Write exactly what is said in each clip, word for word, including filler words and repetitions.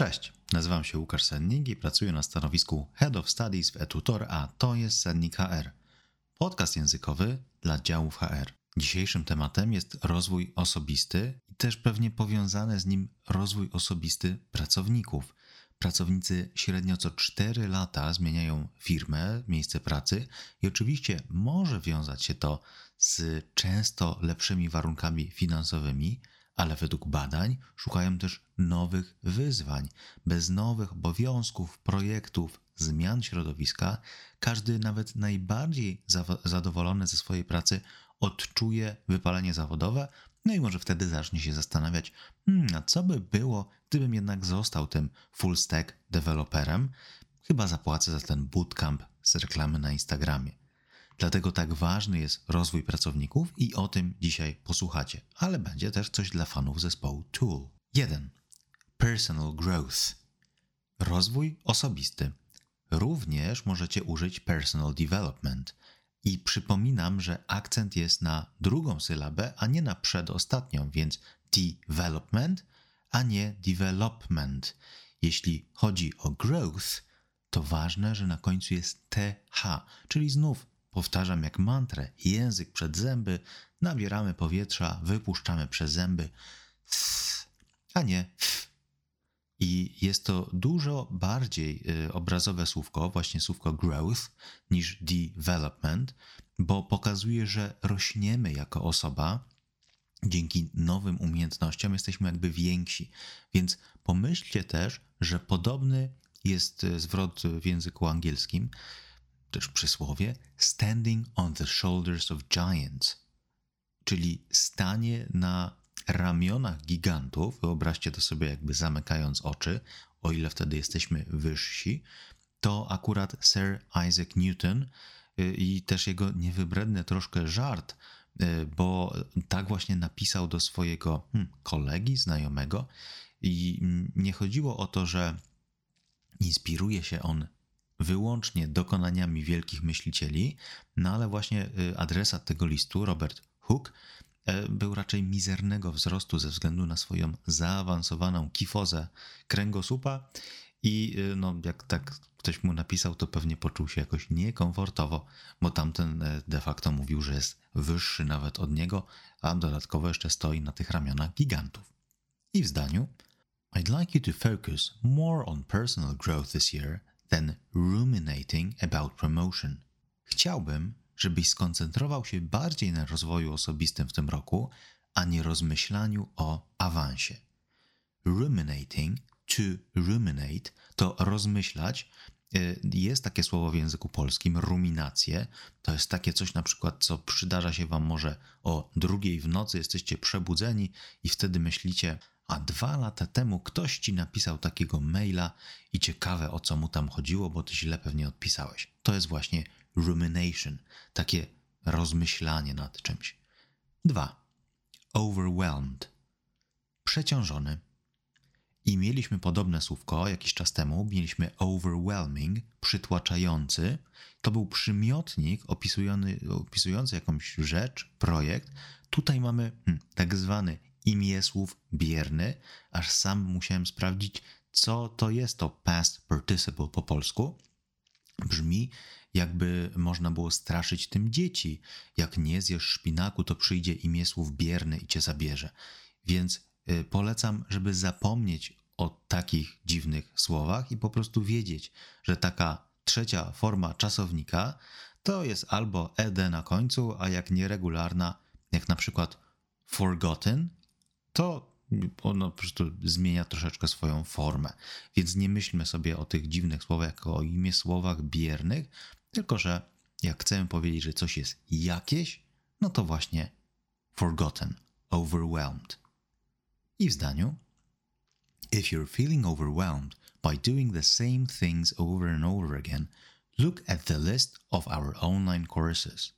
Cześć, nazywam się Łukasz Sennik i pracuję na stanowisku Head of Studies w eTutor, a to jest Sennik H R. Podcast językowy dla działów H R. Dzisiejszym tematem jest rozwój osobisty i też pewnie powiązany z nim rozwój osobisty pracowników. Pracownicy średnio co cztery lata zmieniają firmę, miejsce pracy i oczywiście może wiązać się to z często lepszymi warunkami finansowymi, ale według badań szukają też nowych wyzwań. Bez nowych obowiązków, projektów, zmian środowiska, każdy nawet najbardziej zadowolony ze swojej pracy odczuje wypalenie zawodowe, no i może wtedy zacznie się zastanawiać, hmm, a co by było, gdybym jednak został tym full stack deweloperem? Chyba zapłacę za ten bootcamp z reklamy na Instagramie. Dlatego tak ważny jest rozwój pracowników i o tym dzisiaj posłuchacie, ale będzie też coś dla fanów zespołu Tool. jeden. Personal growth. Rozwój osobisty. Również możecie użyć personal development. I przypominam, że akcent jest na drugą sylabę, a nie na przedostatnią, więc development, a nie development. Jeśli chodzi o growth, to ważne, że na końcu jest T H, czyli znów powtarzam jak mantrę, język przed zęby, nabieramy powietrza, wypuszczamy przez zęby, a nie f. I jest to dużo bardziej obrazowe słówko, właśnie słówko growth, niż development, bo pokazuje, że rośniemy jako osoba. Dzięki nowym umiejętnościom jesteśmy jakby więksi. Więc pomyślcie też, że podobny jest zwrot w języku angielskim, też przysłowie standing on the shoulders of giants, czyli stanie na ramionach gigantów. Wyobraźcie to sobie jakby zamykając oczy, o ile wtedy jesteśmy wyżsi. To akurat Sir Isaac Newton i też jego niewybredny troszkę żart, bo tak właśnie napisał do swojego hmm, kolegi, znajomego i nie chodziło o to, że inspiruje się on wyłącznie dokonaniami wielkich myślicieli, no ale właśnie adresat tego listu, Robert Hooke, był raczej mizernego wzrostu ze względu na swoją zaawansowaną kifozę kręgosłupa i no, jak tak ktoś mu napisał, to pewnie poczuł się jakoś niekomfortowo, bo tamten de facto mówił, że jest wyższy nawet od niego, a dodatkowo jeszcze stoi na tych ramionach gigantów. I w zdaniu I'd like you to focus more on personal growth this year than ruminating about promotion. Chciałbym, żebyś skoncentrował się bardziej na rozwoju osobistym w tym roku, a nie rozmyślaniu o awansie. Ruminating, to ruminate, to rozmyślać. Jest takie słowo w języku polskim, ruminacje. To jest takie coś na przykład, co przydarza się wam może o drugiej w nocy, jesteście przebudzeni i wtedy myślicie, a dwa lata temu ktoś ci napisał takiego maila i ciekawe, o co mu tam chodziło, bo ty źle pewnie odpisałeś. To jest właśnie rumination, takie rozmyślanie nad czymś. dwa. Overwhelmed. Przeciążony. I mieliśmy podobne słówko jakiś czas temu, mieliśmy overwhelming, przytłaczający. To był przymiotnik opisujący jakąś rzecz, projekt. Tutaj mamy hmm, tak zwany imiesłów bierny, aż sam musiałem sprawdzić, co to jest to past participle po polsku. Brzmi, jakby można było straszyć tym dzieci. Jak nie zjesz szpinaku, to przyjdzie imiesłów bierny i cię zabierze. Więc y, polecam, żeby zapomnieć o takich dziwnych słowach i po prostu wiedzieć, że taka trzecia forma czasownika to jest albo ed na końcu, a jak nieregularna, jak na przykład forgotten, to ono po prostu zmienia troszeczkę swoją formę. Więc nie myślmy sobie o tych dziwnych słowach jako o imię słowach biernych, tylko że jak chcemy powiedzieć, że coś jest jakieś, no to właśnie forgotten, overwhelmed. I w zdaniu If you're feeling overwhelmed by doing the same things over and over again, look at the list of our online courses.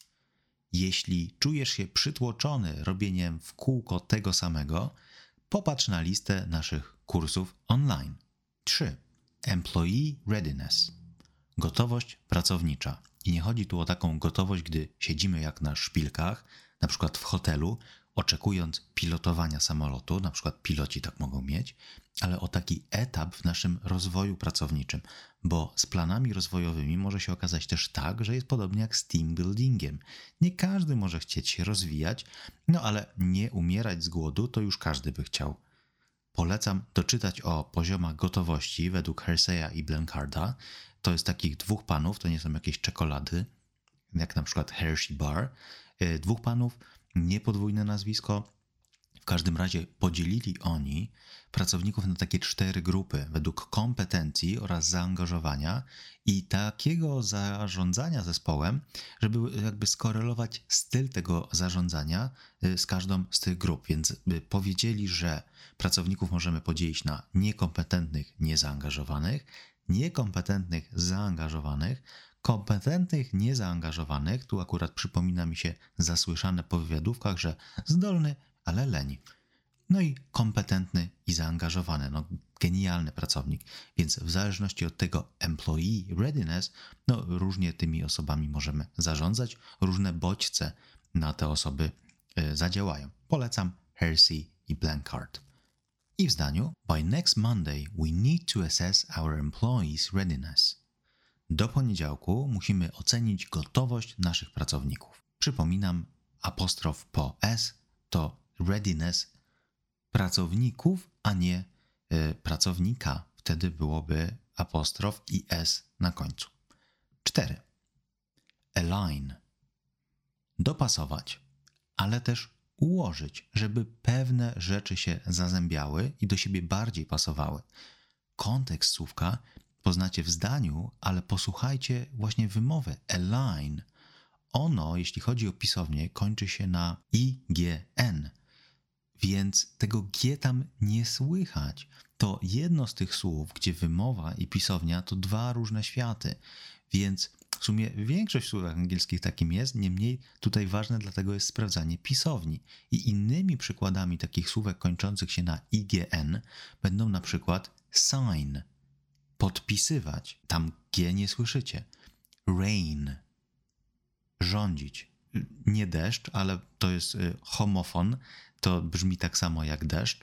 Jeśli czujesz się przytłoczony robieniem w kółko tego samego, popatrz na listę naszych kursów online. trzy. Employee readiness. Gotowość pracownicza. I nie chodzi tu o taką gotowość, gdy siedzimy jak na szpilkach, na przykład w hotelu, oczekując pilotowania samolotu, na przykład piloci tak mogą mieć, ale o taki etap w naszym rozwoju pracowniczym, bo z planami rozwojowymi może się okazać też tak, że jest podobnie jak z team buildingiem. Nie każdy może chcieć się rozwijać, no ale nie umierać z głodu to już każdy by chciał. Polecam doczytać o poziomach gotowości według Herseya i Blancarda. To jest takich dwóch panów, to nie są jakieś czekolady, jak na przykład Hershey Bar. Dwóch panów, nie podwójne nazwisko. W każdym razie podzielili oni pracowników na takie cztery grupy według kompetencji oraz zaangażowania i takiego zarządzania zespołem, żeby jakby skorelować styl tego zarządzania z każdą z tych grup. Więc powiedzieli, że pracowników możemy podzielić na niekompetentnych, niezaangażowanych, niekompetentnych, zaangażowanych, kompetentnych, niezaangażowanych. Tu akurat przypomina mi się zasłyszane po wywiadówkach, że zdolny, ale leni. No i kompetentny i zaangażowany, no genialny pracownik. Więc w zależności od tego employee readiness, no różnie tymi osobami możemy zarządzać, różne bodźce na te osoby y, zadziałają. Polecam Hersey i Blanchard. I w zdaniu, by next Monday we need to assess our employees' readiness. Do poniedziałku musimy ocenić gotowość naszych pracowników. Przypominam, apostrof po s to readiness pracowników, a nie y, pracownika. Wtedy byłoby apostrof i s na końcu. cztery. Align. Dopasować, ale też ułożyć, żeby pewne rzeczy się zazębiały i do siebie bardziej pasowały. Kontekst słówka poznacie w zdaniu, ale posłuchajcie właśnie wymowy. Align. Ono, jeśli chodzi o pisownię, kończy się na ign, więc tego g tam nie słychać. To jedno z tych słów, gdzie wymowa i pisownia to dwa różne światy, więc w sumie większość słów angielskich takim jest, niemniej tutaj ważne dlatego jest sprawdzanie pisowni. I innymi przykładami takich słówek kończących się na ign będą na przykład sign, podpisywać, tam g nie słyszycie, rain, rządzić. Nie deszcz, ale to jest homofon, to brzmi tak samo jak deszcz.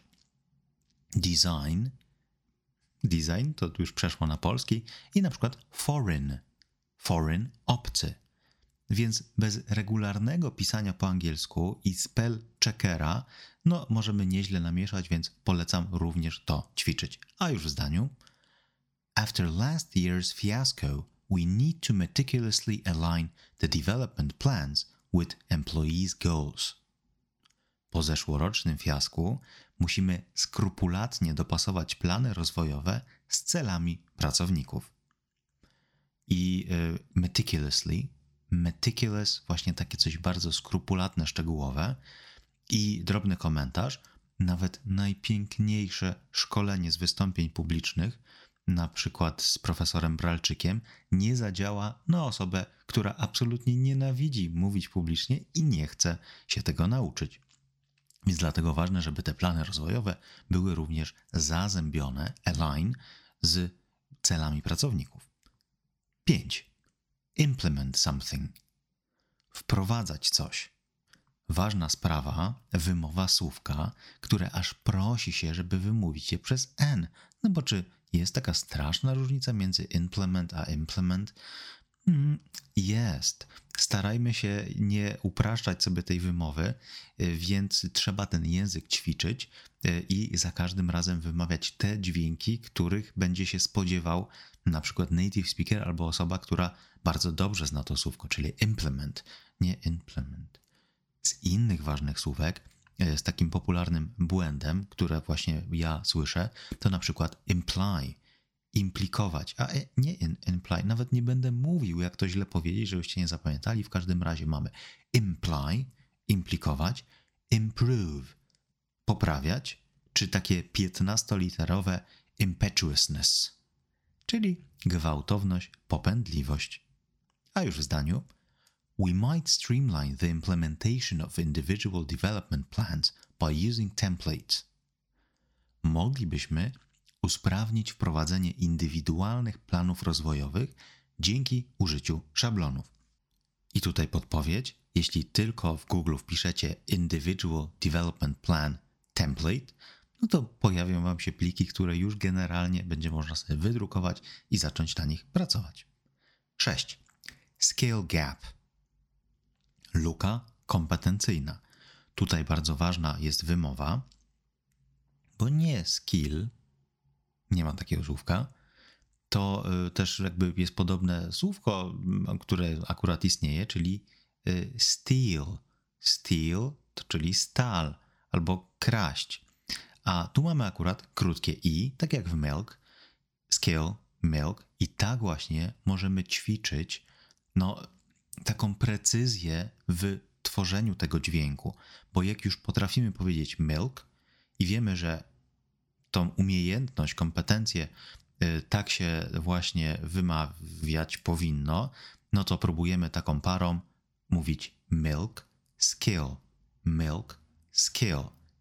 Design, design to już przeszło na polski i na przykład foreign, foreign, obcy. Więc bez regularnego pisania po angielsku i spell checkera, no możemy nieźle namieszać, więc polecam również to ćwiczyć. A już w zdaniu. After last year's fiasco, we need to meticulously align the development plans with employees' goals. Po zeszłorocznym fiasku musimy skrupulatnie dopasować plany rozwojowe z celami pracowników. I y, meticulously, meticulous, właśnie takie coś bardzo skrupulatne, szczegółowe. I drobny komentarz, nawet najpiękniejsze szkolenie z wystąpień publicznych, na przykład z profesorem Bralczykiem, nie zadziała na osobę, która absolutnie nienawidzi mówić publicznie i nie chce się tego nauczyć. Więc dlatego ważne, żeby te plany rozwojowe były również zazębione, align, z celami pracowników. pięć. Implement something. Wprowadzać coś. Ważna sprawa, wymowa słówka, które aż prosi się, żeby wymówić je przez N. No bo czy jest taka straszna różnica między implement a implement? Mm, jest. Starajmy się nie upraszczać sobie tej wymowy, więc trzeba ten język ćwiczyć i za każdym razem wymawiać te dźwięki, których będzie się spodziewał na przykład native speaker albo osoba, która bardzo dobrze zna to słówko, czyli implement, nie implement. Z innych ważnych słówek, z takim popularnym błędem, które właśnie ja słyszę, to na przykład imply, implikować, a nie in, imply. Nawet nie będę mówił, jak to źle powiedzieć, żebyście nie zapamiętali. W każdym razie mamy imply, implikować, improve, poprawiać, czy takie piętnastoliterowe impetuousness, czyli gwałtowność, popędliwość. A już w zdaniu. We might streamline the implementation of individual development plans by using templates. Moglibyśmy usprawnić wprowadzenie indywidualnych planów rozwojowych dzięki użyciu szablonów. I tutaj podpowiedź, jeśli tylko w Google wpiszecie Individual Development Plan Template, no to pojawią wam się pliki, które już generalnie będzie można sobie wydrukować i zacząć na nich pracować. sześć. Skill Gap. Luka kompetencyjna. Tutaj bardzo ważna jest wymowa, bo nie skill, nie ma takiego słówka, to też jakby jest podobne słówko, które akurat istnieje, czyli steal. Steal to czyli stal albo kraść. A tu mamy akurat krótkie i, tak jak w milk, skill, milk i tak właśnie możemy ćwiczyć no, taką precyzję w tworzeniu tego dźwięku, bo jak już potrafimy powiedzieć milk i wiemy, że tą umiejętność, kompetencję y, tak się właśnie wymawiać powinno, no to próbujemy taką parą mówić milk, skill, milk, skill.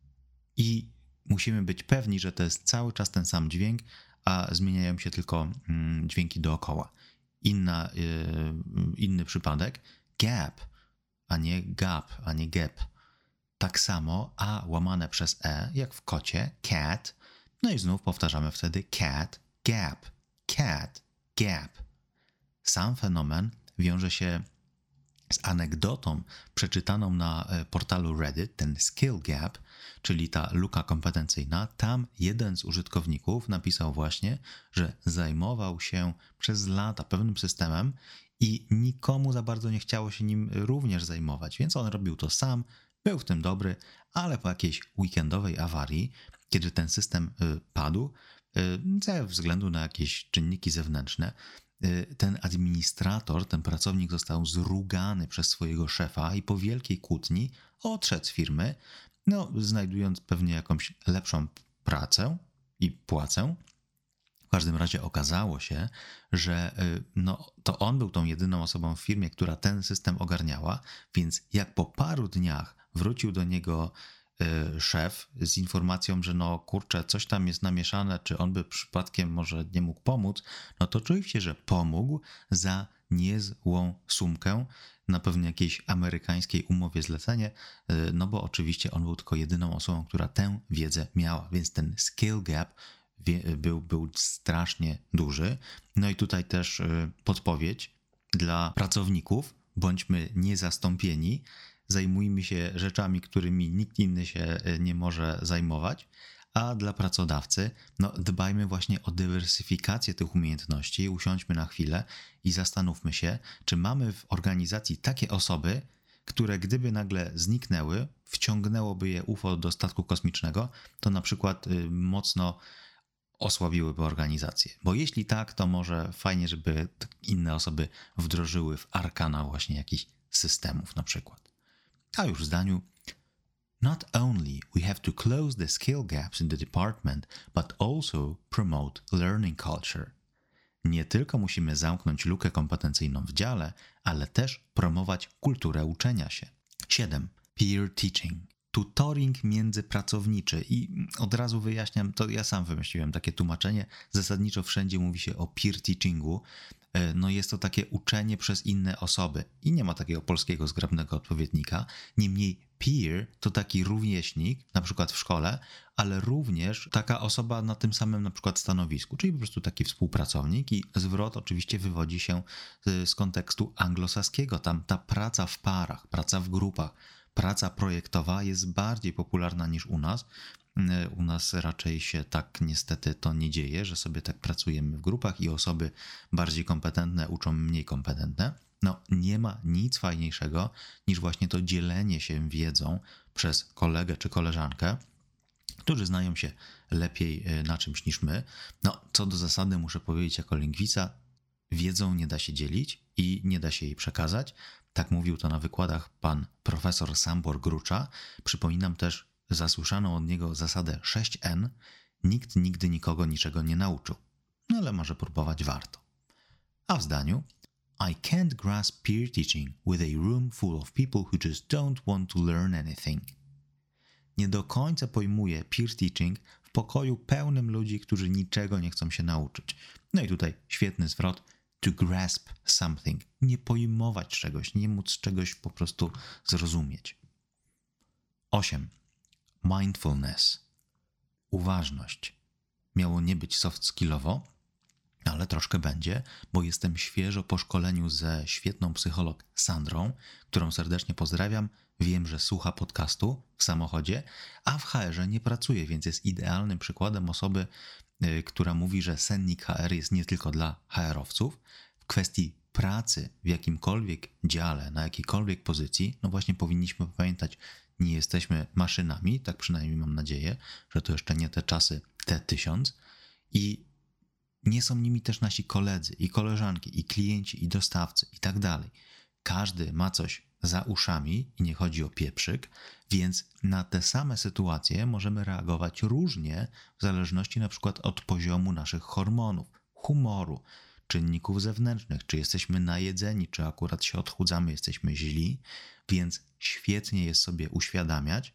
I musimy być pewni, że to jest cały czas ten sam dźwięk, a zmieniają się tylko mm, dźwięki dookoła. Inna, y, inny przypadek, gap, a nie gap, a nie gap. Tak samo a łamane przez e, jak w kocie, cat. No i znów powtarzamy wtedy cat, gap, cat, gap. Sam fenomen wiąże się z anegdotą przeczytaną na portalu Reddit, ten skill gap, czyli ta luka kompetencyjna. Tam jeden z użytkowników napisał właśnie, że zajmował się przez lata pewnym systemem i nikomu za bardzo nie chciało się nim również zajmować, więc on robił to sam, był w tym dobry, ale po jakiejś weekendowej awarii, kiedy ten system padł, ze względu na jakieś czynniki zewnętrzne, ten administrator, ten pracownik został zrugany przez swojego szefa i po wielkiej kłótni odszedł z firmy, no, znajdując pewnie jakąś lepszą pracę i płacę. W każdym razie okazało się, że no, to on był tą jedyną osobą w firmie, która ten system ogarniała, więc jak po paru dniach wrócił do niego szef z informacją, że no kurczę, coś tam jest namieszane, czy on by przypadkiem może nie mógł pomóc, no to oczywiście, że pomógł za niezłą sumkę na pewnie jakiejś amerykańskiej umowie zlecenie, no bo oczywiście on był tylko jedyną osobą, która tę wiedzę miała, więc ten skill gap był, był strasznie duży. No i tutaj też podpowiedź dla pracowników, bądźmy niezastąpieni, zajmujmy się rzeczami, którymi nikt inny się nie może zajmować, a dla pracodawcy no, dbajmy właśnie o dywersyfikację tych umiejętności, usiądźmy na chwilę i zastanówmy się, czy mamy w organizacji takie osoby, które gdyby nagle zniknęły, wciągnęłoby je U F O do statku kosmicznego, to na przykład y, mocno osłabiłyby organizację. Bo jeśli tak, to może fajnie, żeby inne osoby wdrożyły w arkana właśnie jakichś systemów na przykład. A już w zdaniu. Not only we have to close the skill gaps in the department, but also promote learning culture. Nie tylko musimy zamknąć lukę kompetencyjną w dziale, ale też promować kulturę uczenia się. siedem. Peer teaching. Tutoring międzypracowniczy. I od razu wyjaśniam, to ja sam wymyśliłem takie tłumaczenie. Zasadniczo wszędzie mówi się o peer teachingu. No jest to takie uczenie przez inne osoby i nie ma takiego polskiego zgrabnego odpowiednika. Niemniej peer to taki rówieśnik, na przykład w szkole, ale również taka osoba na tym samym na przykład stanowisku, czyli po prostu taki współpracownik i zwrot oczywiście wywodzi się z kontekstu anglosaskiego. Tam ta praca w parach, praca w grupach, praca projektowa jest bardziej popularna niż u nas. U nas raczej się tak niestety to nie dzieje, że sobie tak pracujemy w grupach i osoby bardziej kompetentne uczą mniej kompetentne. No nie ma nic fajniejszego niż właśnie to dzielenie się wiedzą przez kolegę czy koleżankę, którzy znają się lepiej na czymś niż my. No co do zasady muszę powiedzieć jako lingwista, wiedzą nie da się dzielić i nie da się jej przekazać. Tak mówił to na wykładach pan profesor Sambor Grucza. Przypominam też zasłyszaną od niego zasadę sześć N. Nikt nigdy nikogo niczego nie nauczył. No ale może próbować warto. A w zdaniu I can't grasp peer teaching with a room full of people who just don't want to learn anything. Nie do końca pojmuję peer teaching w pokoju pełnym ludzi, którzy niczego nie chcą się nauczyć. No i tutaj świetny zwrot. to grasp something, nie pojmować czegoś, nie móc czegoś po prostu zrozumieć. osiem. Mindfulness. Uważność. Miało nie być soft skillowo, ale troszkę będzie, bo jestem świeżo po szkoleniu ze świetną psycholog Sandrą, którą serdecznie pozdrawiam. Wiem, że słucha podcastu w samochodzie, a w H R-ze nie pracuje, więc jest idealnym przykładem osoby, yy, która mówi, że sennik H R jest nie tylko dla H R-owców. W kwestii pracy w jakimkolwiek dziale, na jakiejkolwiek pozycji, no właśnie powinniśmy pamiętać, nie jesteśmy maszynami, tak przynajmniej mam nadzieję, że to jeszcze nie te czasy T tysiąc i nie są nimi też nasi koledzy i koleżanki i klienci i dostawcy i tak dalej. Każdy ma coś za uszami i nie chodzi o pieprzyk, więc na te same sytuacje możemy reagować różnie w zależności na przykład od poziomu naszych hormonów, humoru, czynników zewnętrznych, czy jesteśmy najedzeni, czy akurat się odchudzamy, jesteśmy źli, więc świetnie jest sobie uświadamiać,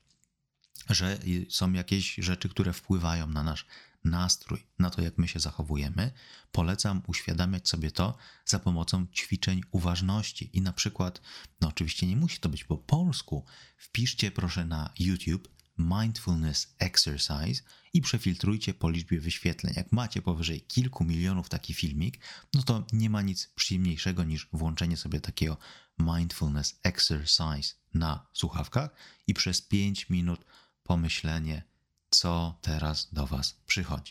że są jakieś rzeczy, które wpływają na nasz nastrój, na to, jak my się zachowujemy. Polecam uświadamiać sobie to za pomocą ćwiczeń uważności i na przykład, no oczywiście nie musi to być po polsku, wpiszcie proszę na YouTube Mindfulness Exercise i przefiltrujcie po liczbie wyświetleń. Jak macie powyżej kilku milionów taki filmik, no to nie ma nic przyjemniejszego niż włączenie sobie takiego Mindfulness Exercise na słuchawkach i przez pięć minut pomyślenie, co teraz do was przychodzi.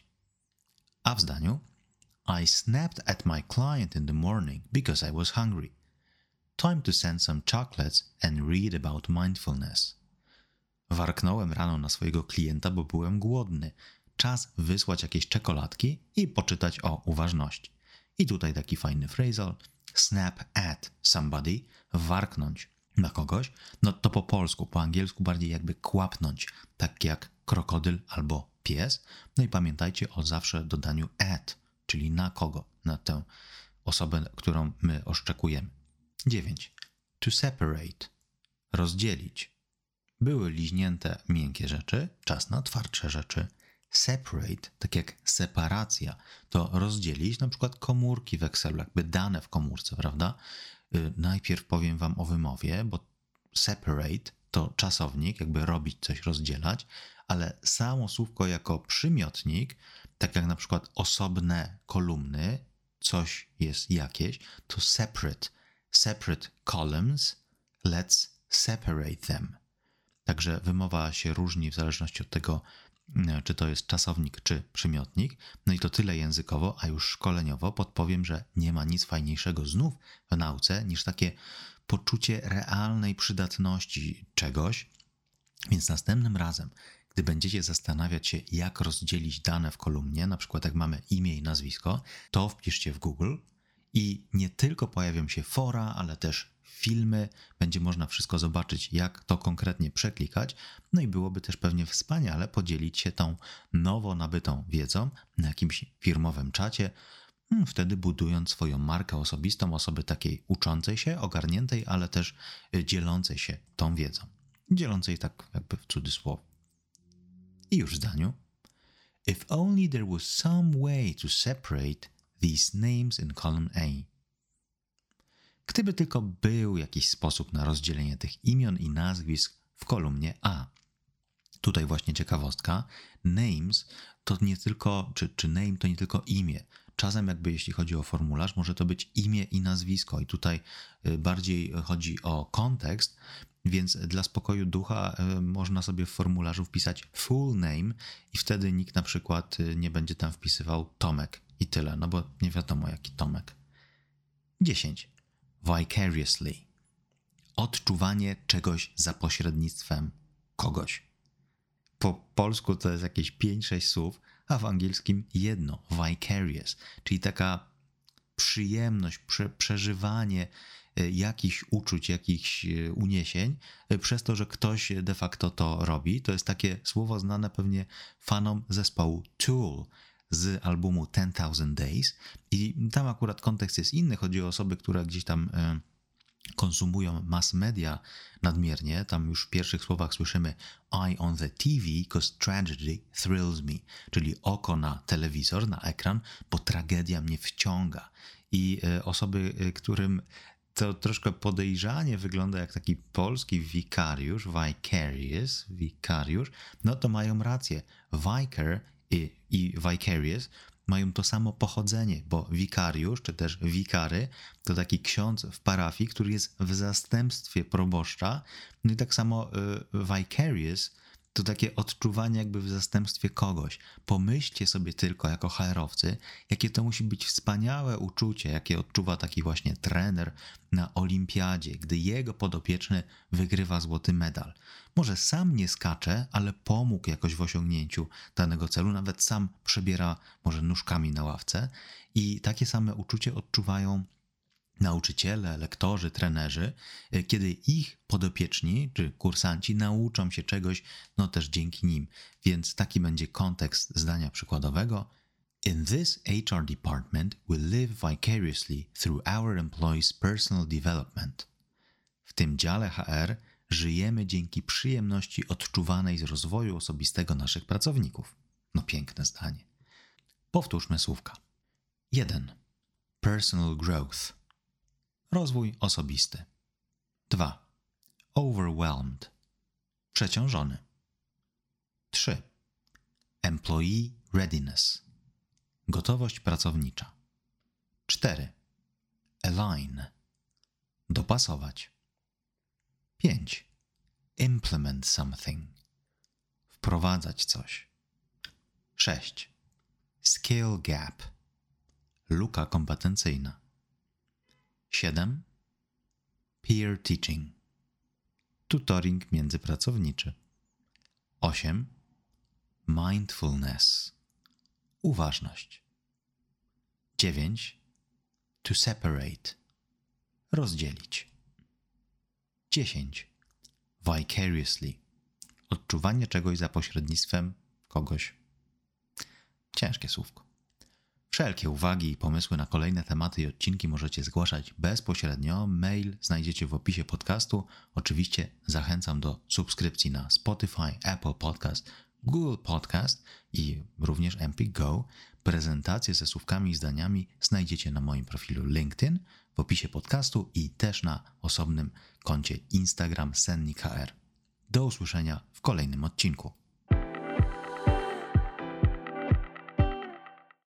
A w zdaniu I snapped at my client in the morning because I was hungry. Time to send some chocolates and read about mindfulness. Warknąłem rano na swojego klienta, bo byłem głodny. Czas wysłać jakieś czekoladki i poczytać o uważności. I tutaj taki fajny phrasal. Snap at somebody. Warknąć na kogoś. No to po polsku, po angielsku bardziej jakby kłapnąć. Tak jak krokodyl albo pies. No i pamiętajcie o zawsze dodaniu at, czyli na kogo, na tę osobę, którą my oszczekujemy. dziewięć. To separate. Rozdzielić. Były liźnięte miękkie rzeczy, czas na twardsze rzeczy. Separate, tak jak separacja, to rozdzielić na przykład komórki w Excelu, jakby dane w komórce, prawda? Yy, najpierw powiem wam o wymowie, bo separate to czasownik, jakby robić coś, rozdzielać, ale samo słówko jako przymiotnik, tak jak na przykład osobne kolumny, coś jest jakieś, to separate, separate columns, let's separate them. Także wymowa się różni w zależności od tego, czy to jest czasownik, czy przymiotnik. No i to tyle językowo, a już szkoleniowo podpowiem, że nie ma nic fajniejszego znów w nauce niż takie poczucie realnej przydatności czegoś. Więc następnym razem, gdy będziecie zastanawiać się, jak rozdzielić dane w kolumnie, na przykład jak mamy imię i nazwisko, to wpiszcie w Google i nie tylko pojawią się fora, ale też filmy, będzie można wszystko zobaczyć, jak to konkretnie przeklikać, no i byłoby też pewnie wspaniale podzielić się tą nowo nabytą wiedzą na jakimś firmowym czacie, wtedy budując swoją markę osobistą, osoby takiej uczącej się, ogarniętej, ale też dzielącej się tą wiedzą. Dzielącej tak jakby w cudzysłowie. I już w zdaniu. If only there was some way to separate these names in column A. Gdyby tylko był jakiś sposób na rozdzielenie tych imion i nazwisk w kolumnie A. Tutaj właśnie ciekawostka. Names to nie tylko, czy, czy name to nie tylko imię. Czasem jakby jeśli chodzi o formularz, może to być imię i nazwisko i tutaj bardziej chodzi o kontekst, więc dla spokoju ducha można sobie w formularzu wpisać full name i wtedy nikt na przykład nie będzie tam wpisywał Tomek i tyle, no bo nie wiadomo jaki Tomek. dziesięć. Vicariously. Odczuwanie czegoś za pośrednictwem kogoś. Po polsku to jest jakieś pięć sześć słów, a w angielskim jedno. Vicarious, czyli taka przyjemność, prze, przeżywanie jakichś uczuć, jakichś uniesień przez to, że ktoś de facto to robi. To jest takie słowo znane pewnie fanom zespołu Tool z albumu ten thousand Days i tam akurat kontekst jest inny. Chodzi o osoby, które gdzieś tam konsumują mass media nadmiernie. Tam już w pierwszych słowach słyszymy eye on the T V because tragedy thrills me, czyli oko na telewizor, na ekran, bo tragedia mnie wciąga. i osoby, którym to troszkę podejrzanie wygląda jak taki polski wikariusz, vicarious, wikariusz, no to mają rację. Vicar i, i vicarious mają to samo pochodzenie, bo wikariusz, czy też wikary, to taki ksiądz w parafii, który jest w zastępstwie proboszcza. No i tak samo y, vicarious to takie odczuwanie jakby w zastępstwie kogoś. Pomyślcie sobie tylko jako H R-owcy, jakie to musi być wspaniałe uczucie, jakie odczuwa taki właśnie trener na olimpiadzie, gdy jego podopieczny wygrywa złoty medal. Może sam nie skacze, ale pomógł jakoś w osiągnięciu danego celu, nawet sam przebiera może nóżkami na ławce i takie same uczucie odczuwają nauczyciele, lektorzy, trenerzy, kiedy ich podopieczni czy kursanci nauczą się czegoś, no też dzięki nim. Więc taki będzie kontekst zdania przykładowego. In this H R department, we live vicariously through our employees' personal development. W tym dziale H R żyjemy dzięki przyjemności odczuwanej z rozwoju osobistego naszych pracowników. No piękne zdanie. Powtórzmy słówka. jeden. Personal growth. Rozwój osobisty. dwa. Overwhelmed. Przeciążony. trzy. Employee readiness. Gotowość pracownicza. cztery. Align. Dopasować. pięć. Implement something. Wprowadzać coś. sześć. Skill gap. Luka kompetencyjna. siedem. Peer teaching. Tutoring międzypracowniczy. osiem. Mindfulness. Uważność. dziewięć. To separate. Rozdzielić. dziesięć. Vicariously. Odczuwanie czegoś za pośrednictwem kogoś. Ciężkie słówko. Wszelkie uwagi i pomysły na kolejne tematy i odcinki możecie zgłaszać bezpośrednio. Mail znajdziecie w opisie podcastu. Oczywiście zachęcam do subskrypcji na Spotify, Apple Podcast, Google Podcast i również M P Go. Prezentacje ze słówkami i zdaniami znajdziecie na moim profilu LinkedIn, w opisie podcastu i też na osobnym koncie Instagram Sennik H R. Do usłyszenia w kolejnym odcinku.